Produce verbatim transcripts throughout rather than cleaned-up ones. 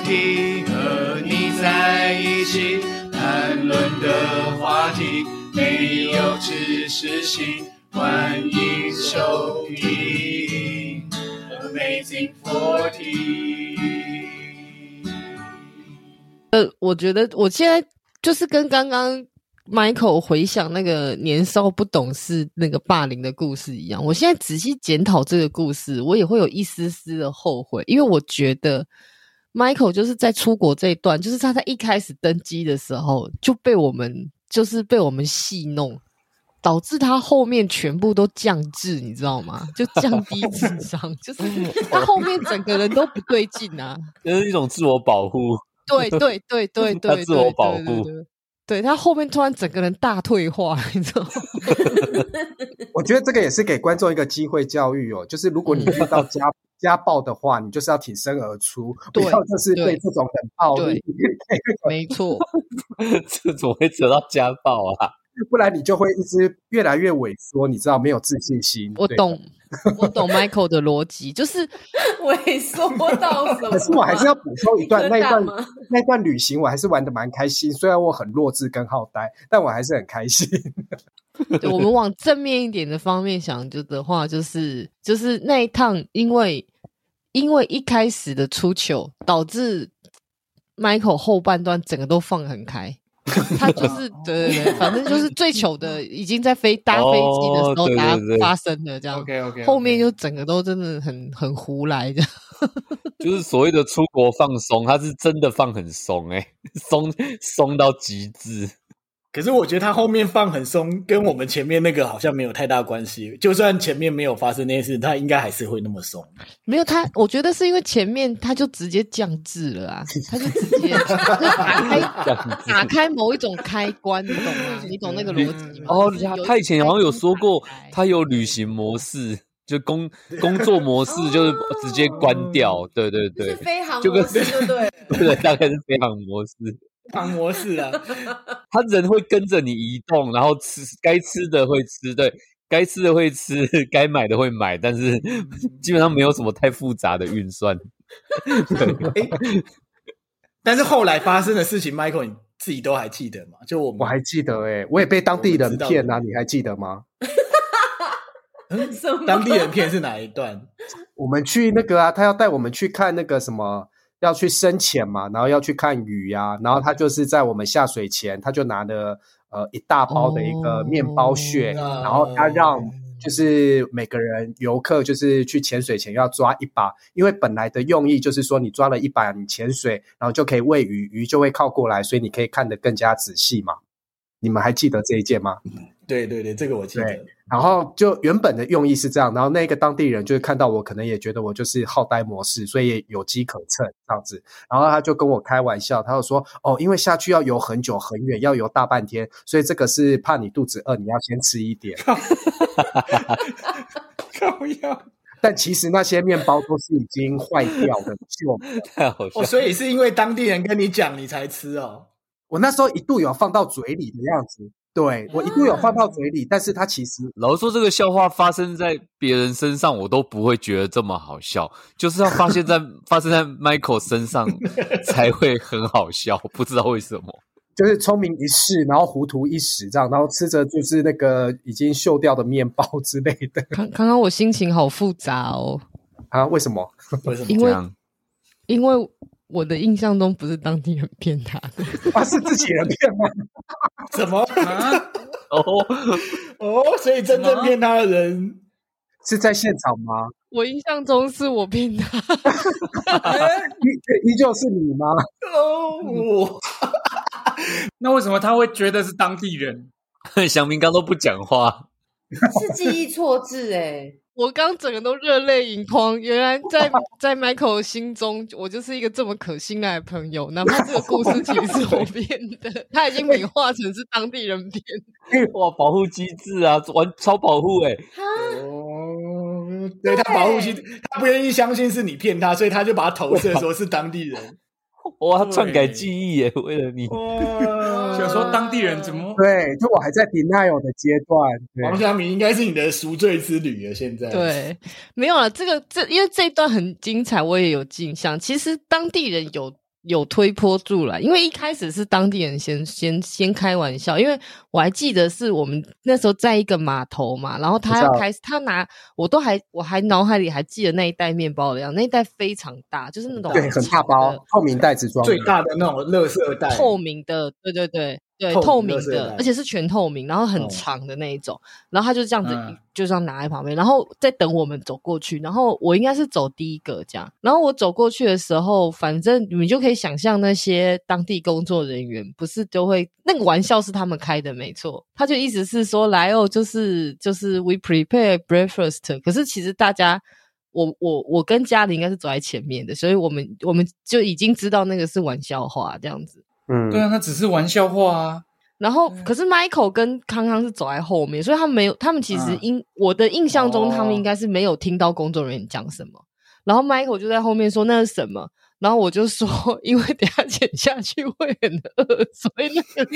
题，和你在一起谈论的话题，没有知识性，欢迎收听 Amazing 四十。 呃，我觉得我现在就是跟刚刚 Michael 回想那个年少不懂事那个霸凌的故事一样，我现在仔细检讨这个故事，我也会有一丝丝的后悔，因为我觉得 Michael 就是在出国这一段，就是他在一开始登机的时候就被我们就是被我们戏弄，导致他后面全部都降智，你知道吗？就降低智商，就是他后面整个人都不对劲啊， 就是一种自我保护。 对对对对对， 他自我保护， 对对对对对，他后面突然整个人大退化，你知道吗？ 我觉得这个也是给观众一个机会教育哦，就是如果你遇到家家暴的话，你就是要挺身而出，不要就是对这种冷暴力。 没错， 这怎么会扯到家暴啊？ 不然你就会一直越来越萎缩，你知道，没有自信心。 我懂，我懂 Michael 的逻辑，就是萎缩到什么？ 可是我还是要补充一段，那一段那段旅行我还是玩得蛮开心，虽然我很弱智跟好呆，但我还是很开心。 对，我们往正面一点的方面想就的话，就是就是那一趟，因为因为一开始的出糗，导致 Michael 后半段整个都放很开。他就是对对对，反正就是最糗的已经在飞搭飞机的时候大家发生了这样， OK OK， 后面就整个都真的很很胡来这样。 就是所谓的出国放松，他是真的放很松欸，松松到极致。 可是我觉得他后面放很松，跟我们前面那个好像没有太大关系。就算前面没有发生那些事，他应该还是会那么松。 没有他，我觉得是因为前面他就直接降智了啊，他就直接就打开打开某一种开关，你懂吗？你懂那个逻辑吗？ 哦，他以前好像有说过，他有旅行模式。就工工作模式就是直接关掉，哦、对对对， 是飞航模式就对， 对，大概是飞航模式。 飞航模式啊， 他人会跟着你移动，然后吃该吃的会吃，对，该吃的会吃，该买的会买，但是基本上没有什么太复杂的运算。对， 欸、但是后来发生的事情 ，Michael 你自己都还记得吗？就我们我还记得诶、欸，我也被当地人骗啊，你还记得吗？ 当地人骗是哪一段？ 我们去那个啊，他要带我们去看那个什么，要去深潜嘛，然后要去看鱼啊，然后他就是在我们下水前，他就拿了呃一大包的一个面包屑，哦、然后他让就是每个人游客就是去潜水前要抓一把，因为本来的用意就是说你抓了一把，你潜水然后就可以喂鱼，鱼就会靠过来，所以你可以看得更加仔细嘛。你们还记得这一件吗？ 对对对，这个我记得。 然后就原本的用意是这样，然后那个当地人就是看到我可能也觉得我就是好呆模式，所以也有机可乘这样子，然后他就跟我开玩笑，他就说哦，因为下去要游很久很远，要游大半天，所以这个是怕你肚子饿，你要先吃一点。 靠腰。 但其实那些面包都是已经坏掉的旧的。 太好笑、 哦、所以是因为当地人跟你讲你才吃哦。 我那时候一度有放到嘴里的样子，对，我一度有放到嘴里，但是它其实老实说，这个笑话发生在别人身上，我都不会觉得这么好笑，就是要发现在发生在 Michael 身上才会很好笑，不知道为什么。 就是聪明一世，然后糊涂一时这样，然后吃着就是那个已经锈掉的面包之类的。 刚刚刚我心情好复杂哦。 啊？为什么？ 为什么？ 因为因为我的印象中不是当地人骗他的， 啊，是自己人骗吗？ 什么啊？哦哦，所以真正骗他的人是在现场吗？ 我印象中是我骗他。 依依旧是你吗？ 哦， 那为什么他会觉得是当地人？ 祥明刚都不讲话， 是记忆错字诶。 我刚整个都热泪盈眶，原来在在 Michael 心中，我就是一个这么可信赖的朋友，哪怕这个故事其实是我编的，他已经美化成是当地人编的。 哇，保护机制啊，完超保护诶、 欸、哦，对，他保护机制，他不愿意相信是你骗他，所以他就把他投射说是当地人。 哇，他篡改记忆耶，为了你。 想说当地人怎么？ 对，就我还在 denial 的阶段。 王祥明应该是你的赎罪之旅了，现在。 对，没有了，这个这因为这一段很精彩，我也有印象。其实当地人有有推波助澜，因为一开始是当地人先先先开玩笑，因为我还记得是我们那时候在一个码头嘛，然后他要开始他拿我都还我还脑海里还记得那一袋面包的样子，那一袋非常大，就是那种对很大包透明袋子装最大的那种垃圾袋， 透明的，对对对对， 透透明明垃圾袋的，而且是全透明，然后很哦长的那一种，然后他就这样子、 嗯就这样拿在旁边，然后再等我们走过去，然后我应该是走第一个这样，然后我走过去的时候，反正你们就可以想象那些当地工作人员不是都会那个玩笑是他们开的没错，他就意思是说来哦，就是就是 we prepare breakfast， 可是其实大家。我我我跟嘉玲应该是走在前面的，所以我们我们就已经知道那个是玩笑话这样子。 嗯， 对啊，那只是玩笑话啊。 然后，可是 Michael 跟康康是走在后面，所以他们没有，他们其实因、嗯、我的印象中，他们应该是没有听到工作人员讲什么。然后 Michael 就在后面说那是什么，然后我就说，因为等一下剪下去会很饿，所以那个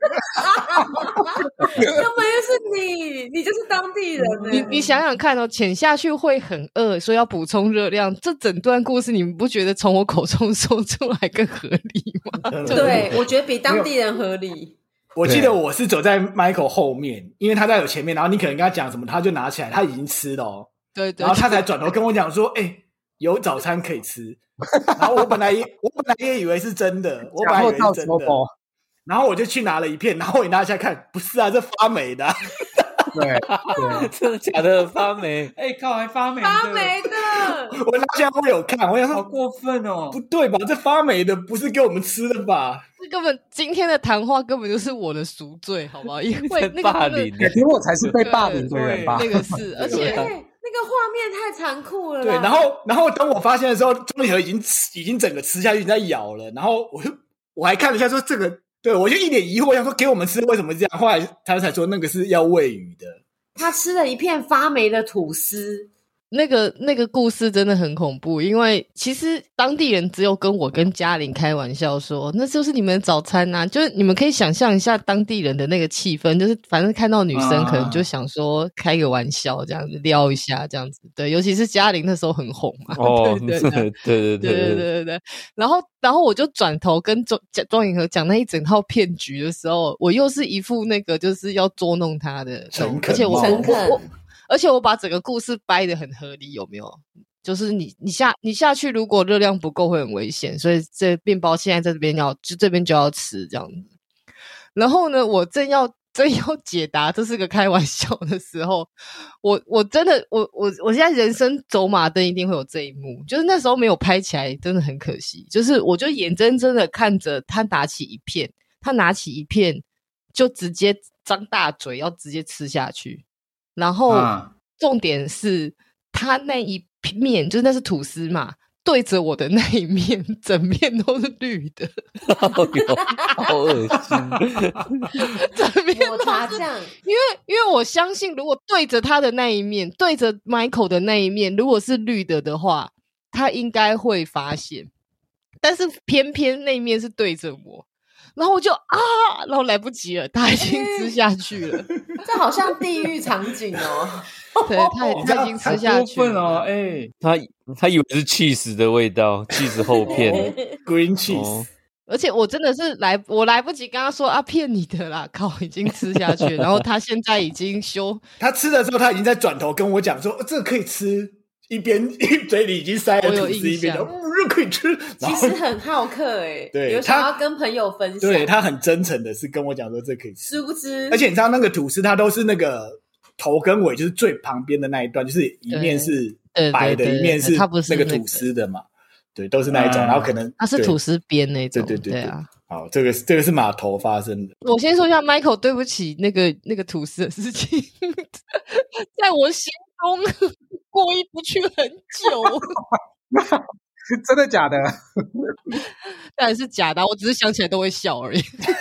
根本就是你，你就是当地人、欸。 你你想想看哦，剪下去会很饿，所以要补充热量。这整段故事你们不觉得从我口中说出来更合理吗？ 对，我觉得比当地人合理。 我记得我是走在 Michael 后面，因为他在我前面，然后你可能跟他讲什么，他就拿起来，他已经吃了哦。 对 对, 对。 然后他才转头跟我讲说：“哎、欸，有早餐可以吃。”然后我本来也我本来也以为是真的，我本来以为是真的。然后我就去拿了一片，然后我拿下看，不是啊，这发霉的、啊。 对对， 真的假的？发霉？ 哎、欸，靠，还发霉的！ 发霉的！ 我拿下我有看，我想说， 好过分哦！ 不对吧？这发霉的不是给我们吃的吧？ 这根本今天的谈话根本就是我的赎罪，好不好？因为那个霸凌， 因为我才是被霸凌的人吧？ 那个是，而且。 那个画面太残酷了。 对，然后，然后等我发现的时候，钟礼和已经已经整个吃下去，在咬了。然后我就我还看了一下，说这个，对我就一脸疑惑，想说给我们吃为什么这样？后来他才说那个是要喂鱼的。 他吃了一片发霉的吐司。 那个那个故事真的很恐怖，因为其实当地人只有跟我跟嘉玲开玩笑说，那就是你们的早餐啊，就是你们可以想象一下当地人的那个气氛，就是反正看到女生可能就想说开个玩笑这样子撩一下这样子，对，尤其是嘉玲那时候很红嘛， 哦， 对对对对对对对对对对，然后然后我就转头跟庄庄颖和讲那一整套骗局的时候，我又是一副那个就是要捉弄他的，而且我诚恳。 我而且我把整个故事掰得很合理，有没有？就是你你下你下去，如果热量不够会很危险，所以这面包现在在这边要就这边就要吃这样子。然后呢，我正要正要解答这是个开玩笑的时候，我我真的我我我现在人生走马灯一定会有这一幕，就是那时候没有拍起来，真的很可惜。就是我就眼睁睁的看着他拿起一片，他拿起一片就直接张大嘴要直接吃下去。然后重点是他那一面就是那是吐司嘛，对着我的那一面整面都是绿的。 好恶心。 整面抹茶酱， 因为因为我相信如果对着他的那一面，对着 Michael 的那一面如果是绿的的话，他应该会发现，但是偏偏那一面是对着我，然后我就啊，然后来不及了，他已经吃下去了。 这好像地狱场景哦。 对，他他已经吃下去了。 哦，哎、欸， 他他以为是 cheese 的味道 ，cheese 厚片 ，green cheese、 哦。 而且我真的是来，我来不及跟他说啊，骗你的啦，靠，已经吃下去了。然后他现在已经修， 他吃的时候，他已经在转头跟我讲说，哦、这个可以吃。一边嘴里已经塞了吐司，一边讲嗯，可以吃。 其实很好客哎、欸， 对， 有想要跟朋友分享。 对，他很真诚的是跟我讲说这可以吃， 殊不知， 而且你知道那个吐司它都是那个头跟尾，就是最旁边的那一段，就是一面是白的，一面是那个吐司的嘛。对，都是那一种，然后可能它是吐司边那种， 对对对对啊。 好，这个这个是码头发生的。 我先说一下 Michael， 对不起，那个那个吐司的事情，在我心中过意不去很久。 真的假的？ 当然是假的，我只是想起来都会笑而已。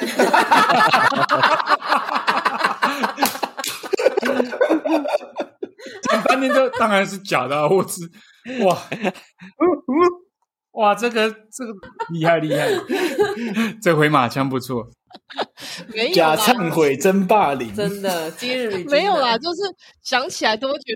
讲半天就当然是假的、啊，我只哇哇，这个这个厉害厉害，这回马枪不错。 没有假忏悔真霸凌， 真的今日没有啦，就是想起来都会觉得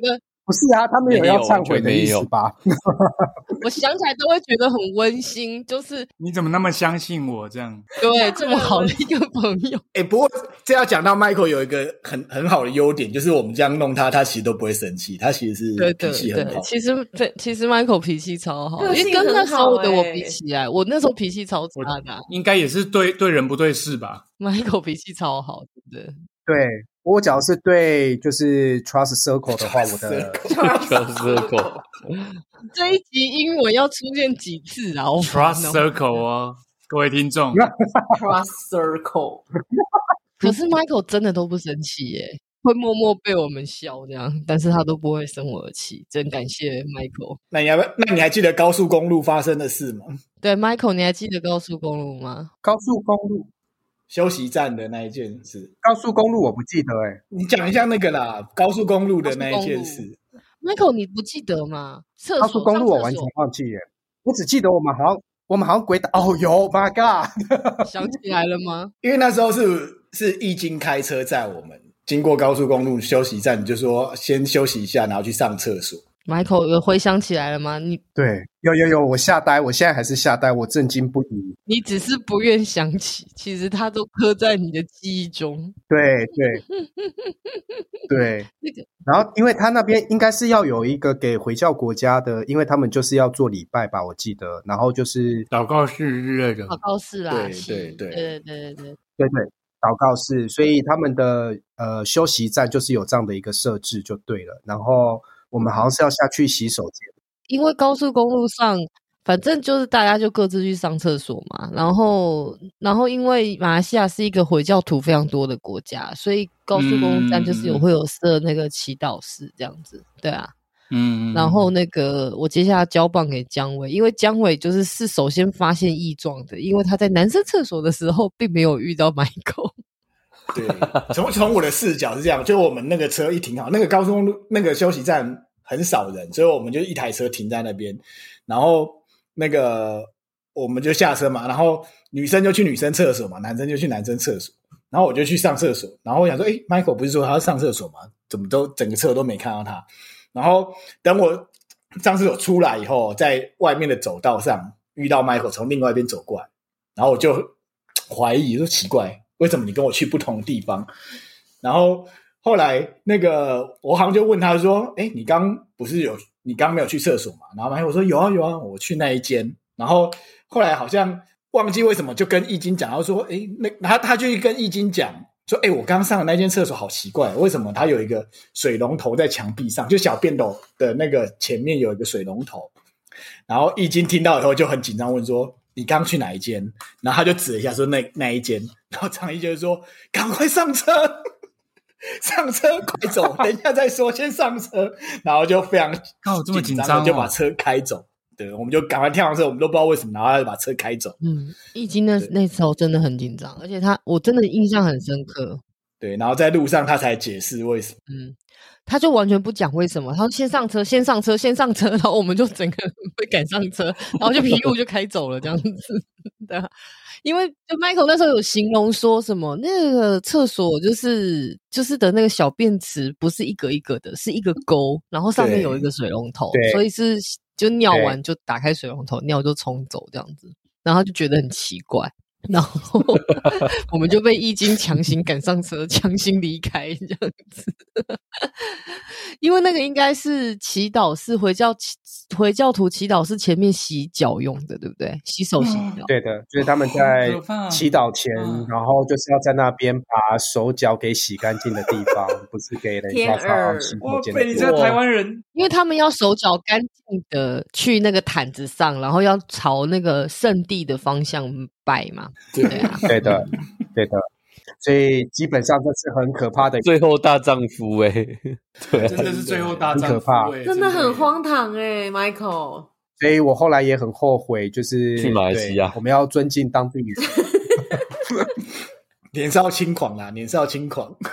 不是啊，他们有要忏悔的意思吧？ 我想起来都会觉得很温馨，就是你怎么那么相信我这样？ 对，这么好的一个朋友。 哎、欸，不过这要讲到 Michael 有一个很很好的优点，就是我们这样弄他，他其实都不会生气，他其实是脾气很好。 对对对，其实对，其实 Michael 脾气超好，因为跟那时候的我比起来，我那时候脾气超差的、啊。 应该也是对对人不对事吧 ？Michael 脾气超好，对不对？ 对。我假如是对就是 trust circle 的话，我的 trust circle 这一集英文要出现几次啊 ？trust circle 哦，各位听众 ，trust circle。 可是 Michael 真的都不生气耶，会默默被我们笑这样，但是他都不会生我的气，真感谢 Michael。 那你还那你还记得高速公路发生的事吗？ 对 ，Michael， 你还记得高速公路吗？ 高速公路。 休息站的那一件事， 高速公路我不记得哎、欸， 你讲一下那个啦，高速公路的那一件事。 Michael， 你不记得吗？厕所高速公路我完全忘记耶，我只记得我们好像我们好像鬼打哦有 ，My God， 想起来了吗？ 因为那时候是是易经开车载我们经过高速公路休息站，就说先休息一下，然后去上厕所。 Michael 有回想起来了吗？你对，有有有，我吓呆，我现在还是吓呆，我震惊不已。 你只是不愿想起，其实它都刻在你的记忆中。 对对对，那个，然后因为他那边应该是要有一个给回教国家的，因为他们就是要做礼拜吧，我记得，然后就是祷告室之类的， 祷告室啦， 对对对对对对对对对对，祷告室，所以他们的呃休息站就是有这样的一个设置就对了，然后。我们好像是要下去洗手间， 因为高速公路上，反正就是大家就各自去上厕所嘛。然后，然后因为马来西亚是一个回教徒非常多的国家，所以高速公路站就是有、嗯、会有设那个祈祷室这样子，对啊。嗯，然后那个我接下来交棒给姜伟，因为姜伟就是是首先发现异状的，因为他在男生厕所的时候并没有遇到 Michael。 对，从从我的视角是这样，就我们那个车一停好，那个高速公路那个休息站很少人，所以我们就一台车停在那边，然后那个我们就下车嘛，然后女生就去女生厕所嘛，男生就去男生厕所，然后我就去上厕所，然后我想说，诶 Michael 不是说他要上厕所吗？怎么都整个厕所都没看到他？然后等我上厕所出来以后，在外面的走道上遇到 Michael 从另外一边走过来，然后我就怀疑说奇怪。为什么你跟我去不同的地方？然后后来那个我好像就问他说：“哎，你刚不是有你刚没有去厕所嘛？”然后我说：“有啊有啊，我去那一间。”然后后来好像忘记为什么就跟易经讲，他说：“哎，那他他就跟易经讲说：‘哎，我刚上的那间厕所好奇怪，为什么它有一个水龙头在墙壁上？就小便斗的那个前面有一个水龙头。’然后易经听到以后就很紧张，问说。”你刚去哪一间？然后他就指了一下说那那一间，然后张一就说赶快上车，上车快走，等一下再说，先上车。然后就非常哦这么紧张， 就把车开走。对，我们就赶快跳上车，我们都不知道为什么，然后他就把车开走。 嗯，易经那那时候真的很紧张，而且他我真的印象很深刻。 对，然后在路上他才解释为什么。 嗯。他就完全不讲为什么，他说先上车，先上车，先上车，然后我们就整个人被赶上车，然后就屁股就开走了这样子。对啊，因为就 Michael 那时候有形容说什么，那个厕所就是就是的那个小便池不是一格一格的，是一个沟，然后上面有一个水龙头，所以是就尿完就打开水龙头，尿就冲走这样子，然后他就觉得很奇怪。然后我们就被易经强行赶上车，强行离开这样子。因为那个应该是祈祷室，回教回教徒祈祷室前面洗脚用的，对不对？洗手洗脚。 对的，就是他们在祈祷前，然后就是要在那边把手脚给洗干净的地方，不是给人家擦洗手间的地方。 你这台湾人， 因为他们要手脚干净的去那个毯子上，然后要朝那个圣地的方向拜嘛。对啊， 对的，对的。所以基本上这是很可怕的最后大丈夫哎、欸，对、啊， 真的是最后大丈夫、欸， 很可怕， 真的很荒唐哎、欸、，Michael。 所以我后来也很后悔，就是去马来西亚， 我们要尊敬当地人。 年少轻狂啦，年少轻狂。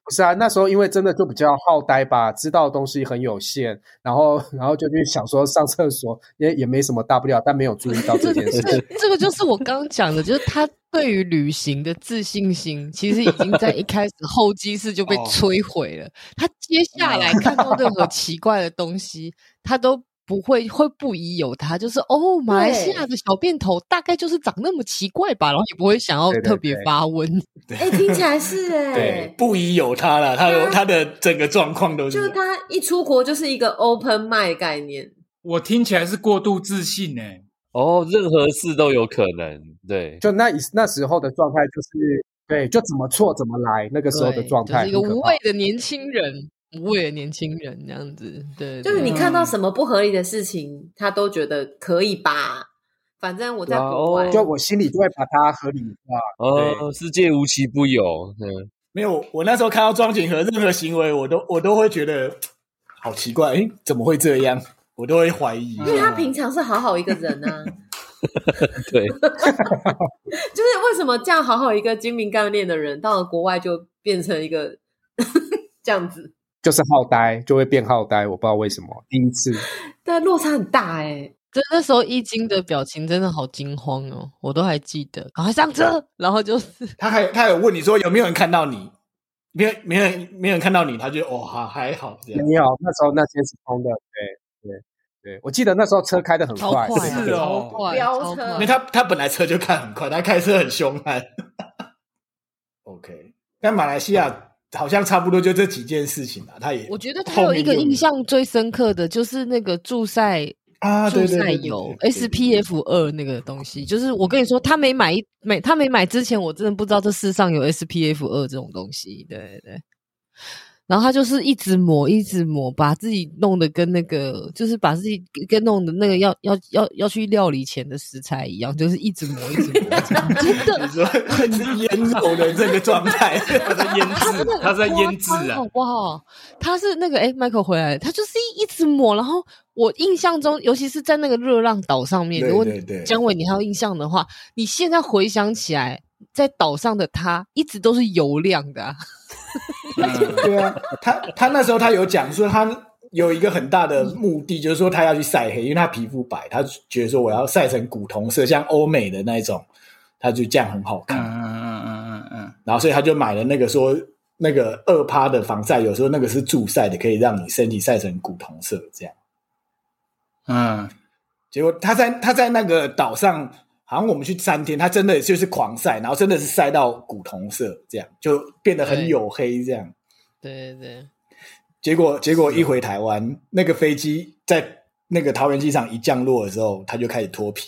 不是啊，那时候因为真的就比较好呆吧，知道的东西很有限，然后然后就去想说上厕所也也没什么大不了，但没有注意到这件事情。 这个就是我刚刚讲的，就是他对于旅行的自信心，其实已经在一开始候机室就被摧毁了。他接下来看到任何奇怪的东西，他都不会会不疑有他，就是哦，马来西亚的小便头大概就是长那么奇怪吧，然后也不会想要特别发问。 哎、欸，听起来是哎、欸， 对，不疑有他了，他有他的整个状况都是， 就是他一出国就是一个 open mind 概念。 我听起来是过度自信哎、欸。 哦，任何事都有可能，对， 就那那时候的状态就是对，就怎么错怎么来，那个时候的状态， 就是一个无畏的年轻人。无畏的年轻人这样子，对， 就是你看到什么不合理的事情，他都觉得可以吧，反正我在国外， 就我心里就会把它合理化。 哦，世界无奇不有，嗯， 没有，我那时候看到庄景和任何行为，我都我都会觉得好奇怪，诶，怎么会这样？我都会怀疑， 因为他平常是好好一个人啊。 对， 就是为什么这样好好一个精明干练的人，到了国外就变成一个这样子。 就是好呆，就会变好呆，我不知道为什么。第一次， 对，落差很大哎、欸。 这那时候易经的表情真的好惊慌哦，我都还记得。赶快上车，然后就是他还他有问你说有没有人看到你，没有没有人没有人看到你，他就哦还还好这样。 没有，那时候那天是空的，对对对，我记得那时候车开得很快， 快是哦， 超快， 飙车， 因为他他本来车就开很快，他开车很凶悍。OK， 但马来西亚。好像差不多就这几件事情啦，他也我觉得他有一个印象最深刻的就是那个驻赛啊， 驻赛油 S P F 二 那个东西，就是我跟你说，他没买一没他没买之前，我真的不知道这世上有 S P F 二 这种东西，对对对。然后他就是一直抹，一直抹，把自己弄得跟那个，就是把自己跟弄的那个要要要要去料理前的食材一样，就是一直抹，一直抹，真的， 你说很腌肉的这个状态， 他在腌制，他在腌制啊， 好不好？他是那个哎 ，Michael 回来了，他就是一直抹，然后我印象中，尤其是在那个热浪岛上面，如果姜伟你还有印象的话，你现在回想起来，在岛上的他一直都是油亮的、啊。 嗯、对啊，他他那时候他有讲说他有一个很大的目的，就是说他要去晒黑，因为他皮肤白，他觉得说我要晒成古铜色，像欧美的那种，他就这样很好看。 嗯嗯嗯嗯嗯。 然后所以他就买了那个说那个二趴的防晒，有时候那个是助晒的，可以让你身体晒成古铜色这样。 嗯， 结果他在他在那个岛上。好像我们去三天，他真的就是狂晒，然后真的是晒到古铜色，这样就变得很黝黑，这样。 对对对。 结果结果一回台湾，那个飞机在那个桃园机场一降落的时候，他就开始脱皮，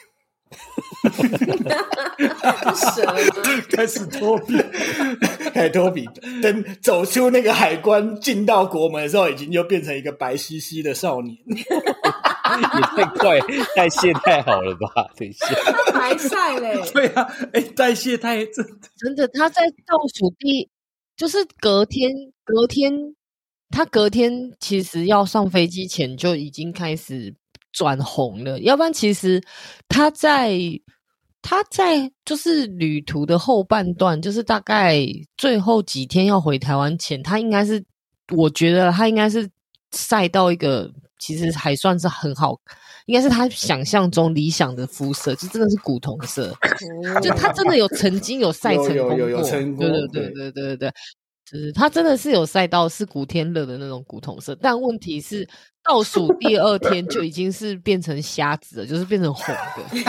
开始脱皮，开始脱皮。等走出那个海关，进到国门的时候，已经就变成一个白皙皙的少年。 也太快，代谢太好了吧？等一下， 他白晒嘞， 对啊，哎、欸，代谢太真的真的，他在倒数第，就是隔天，隔天，他隔天其实要上飞机前就已经开始转红了，要不然其实他在他在就是旅途的后半段，就是大概最后几天要回台湾前，他应该是，我觉得他应该是晒到一个。其实还算是很好，应该是他想象中理想的肤色，就真的是古铜色，哦、就他真的有曾经有晒成功过， 有有有成功， 对对对对对对，就是他真的是有晒到是古天乐的那种古铜色，但问题是倒数第二天就已经是变成虾子了，就是变成红的，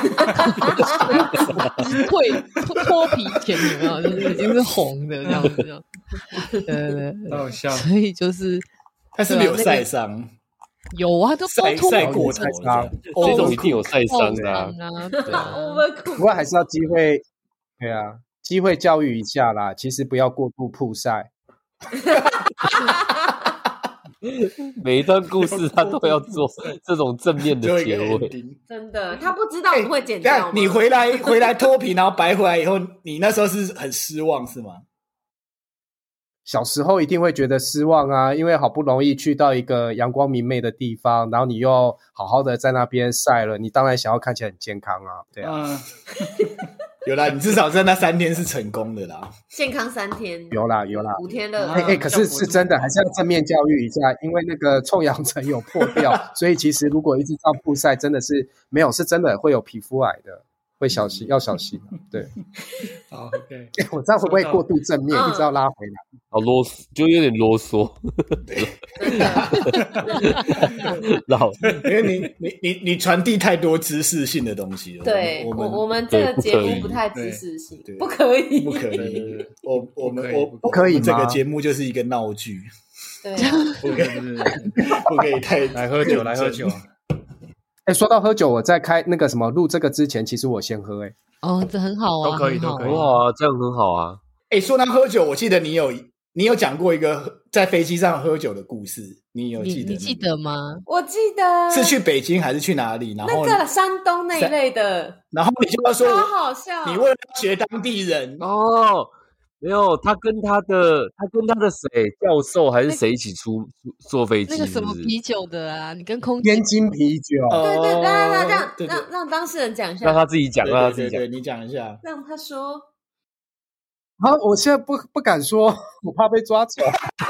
会脱皮前有没有？就是已经是红的这样子，这样，对对对， 好笑， 所以就是他是不是有晒伤？ 有啊，都晒晒过晒伤， 这种一定有晒伤的啊。对啊， 不过还是要机会，对啊，机会教育一下啦。其实不要过度曝晒。 每一段故事他都要做这种正面的结尾， 真的，他不知道你会剪掉吗？ 你回来回来脱皮，然后白回来以后，你那时候是很失望是吗？ 小时候一定会觉得失望啊，因为好不容易去到一个阳光明媚的地方，然后你又好好的在那边晒了，你当然想要看起来很健康啊，对啊。 嗯、 有啦，你至少在那三天是成功的啦。 健康三天， 有啦有啦， 五天了。 哎哎、欸，可是是真的，还是要正面教育一下，因为那个臭氧层有破掉，所以其实如果一直照曝晒，真的是没有，是真的会有皮肤癌的，会小心，要小心。对， 好 ，OK， 欸、我这样会不会过度正面， 嗯、 一直要拉回来？ 好啰嗦，就有点啰嗦。老， 因为你你你你传递太多知识性的东西了。 对， 我们我们这个节目不太知识性，不可以， 不可以。我我们我不可以吗？ 这个节目就是一个闹剧。 对， 不可以，不可以太来喝酒，来喝酒。 哎、欸，说到喝酒，我在开那个什么录这个之前，其实我先喝、欸。哎， 哦，这很好啊， 都可以， 很好都可以， 很好啊，这样很好啊。 哎、欸，说到喝酒，我记得你有你有讲过一个在飞机上喝酒的故事，你有记得、那個？ 你你记得吗？ 我记得是去北京还是去哪里？然后那个山东那一类的， 然后你就要说， 超好笑。 你为了学当地人哦。没有，他跟他的他跟他的谁教授还是谁一起出坐飞机？ 那个什么啤酒的啊？你跟空姐燕京啤酒。 对对，让让让对对让让当事人讲一下， 让他自己讲， 对让他自己讲。 对对，你讲一下。 让他说。 好，我现在不不敢说，我怕被抓走。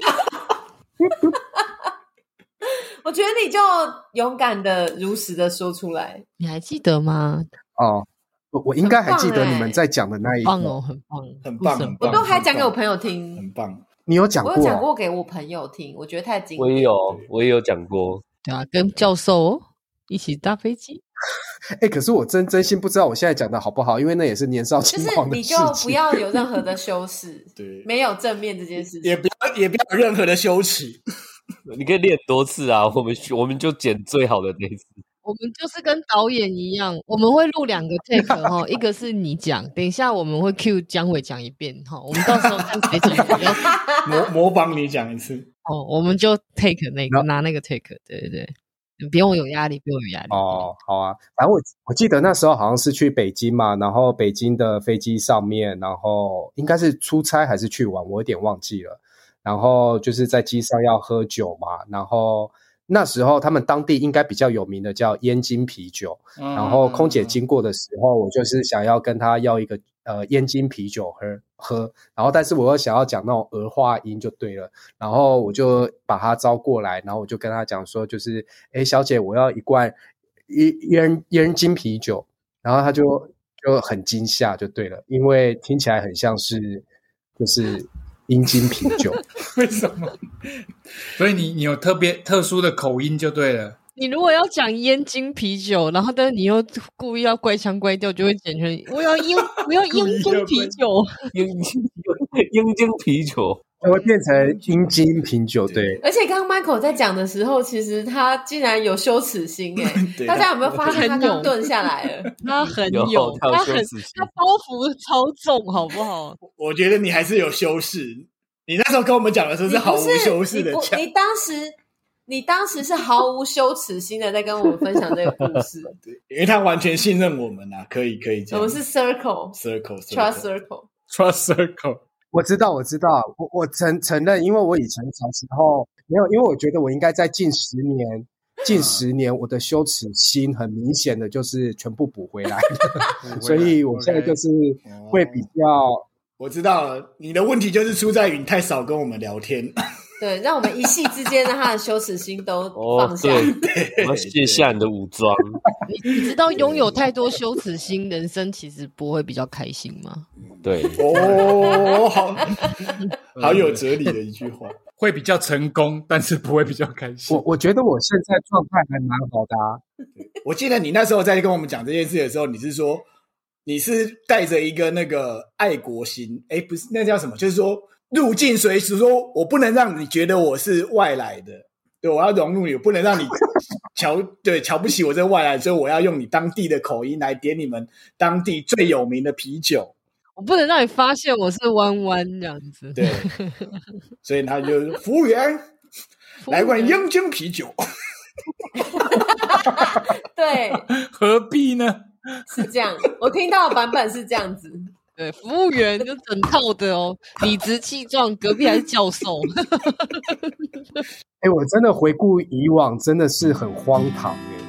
我觉得你就勇敢的、如实的说出来。 你还记得吗？ 哦。我我应该还记得你们在讲的那一个， 很棒哦，很棒， 很棒，很棒， 我都还讲给我朋友听， 很棒。 你有讲过？ 我有讲过给我朋友听，我觉得太经典。 我也有，我也有讲过。 对啊，跟教授一起搭飞机。 哎、欸，可是我真真心不知道我现在讲的好不好，因为那也是年少轻狂的事情。 就是你就不要有任何的修饰， 对， 没有正面这件事情， 也不要也不要有任何的羞耻。 你可以练多次啊，我们我们就剪最好的那一次。 我们就是跟导演一样，我们会录两个 take 哈，一个是你讲，等一下我们会 cue 姜伟讲一遍哈，我们到时候看谁讲比较模模仿你讲一次哦，我们就 take 那个拿那个 take， 对对对，不用有压力，不用有压力哦，好啊，反正我我记得那时候好像是去北京嘛，然后北京的飞机上面，然后应该是出差还是去玩，我有点忘记了，然后就是在机上要喝酒嘛，然后。那时候他们当地应该比较有名的叫燕京啤酒，嗯、然后空姐经过的时候，我就是想要跟她要一个呃燕京啤酒喝喝，然后但是我又想要讲那种儿化音就对了，然后我就把她招过来，然后我就跟她讲说，就是诶小姐，我要一罐燕燕京啤酒，然后她就就很惊吓就对了，因为听起来很像是就是燕京啤酒。 为什么？所以你你有特别特殊的口音就对了。 你如果要讲燕京啤酒，然后但是你又故意要怪腔怪调，就会简成我要燕我要燕京啤酒， 燕京燕京啤酒， 就会变成燕京啤酒。对， 而且刚刚 Michael 在讲的时候，其实他竟然有羞耻心哎，大家有没有发现他刚顿下来了？ 他很有， 有， 他很他包袱超重，好不好？ 我觉得你还是有修饰。你那时候跟我们讲的时候是毫无修饰的讲， 你当时你当时是毫无羞耻心的在跟我们分享这个故事， 对，因为他完全信任我们啊，可以可以这样。 我们是 circle circle trust circle trust circle。 我知道，我知道，我我承承认，因为我以前小时候没有，因为我觉得我应该在近十年。近十年，我的羞耻心很明显的就是全部补回来的，所以我现在就是会比较。 我知道了，你的问题就是出在于你太少跟我们聊天。 对，让我们一夕之间让他的羞耻心都放下。 哦、对，我要卸下你的武装。 你你知道拥有太多羞耻心，人生其实不会比较开心吗？ 对， 哦，好，好有哲理的一句话。 会比较成功，但是不会比较开心。 我我觉得我现在状态还蛮好的啊。 我记得你那时候在跟我们讲这件事的时候，你是说你是带着一个那个爱国心，诶不是，那叫什么？就是说入境随俗，说我不能让你觉得我是外来的，对，我要融入你，我不能让你瞧对瞧不起我这个外来，所以我要用你当地的口音来点你们当地最有名的啤酒。 我不能让你发现我是弯弯这样子。 对，所以他就服务员来罐燕京啤酒。 对， 何必呢？ 是这样，我听到的版本是这样子。 对，服务员就整套的哦，理直气壮，隔壁还是教授。 哎、欸，我真的回顾以往，真的是很荒唐哎。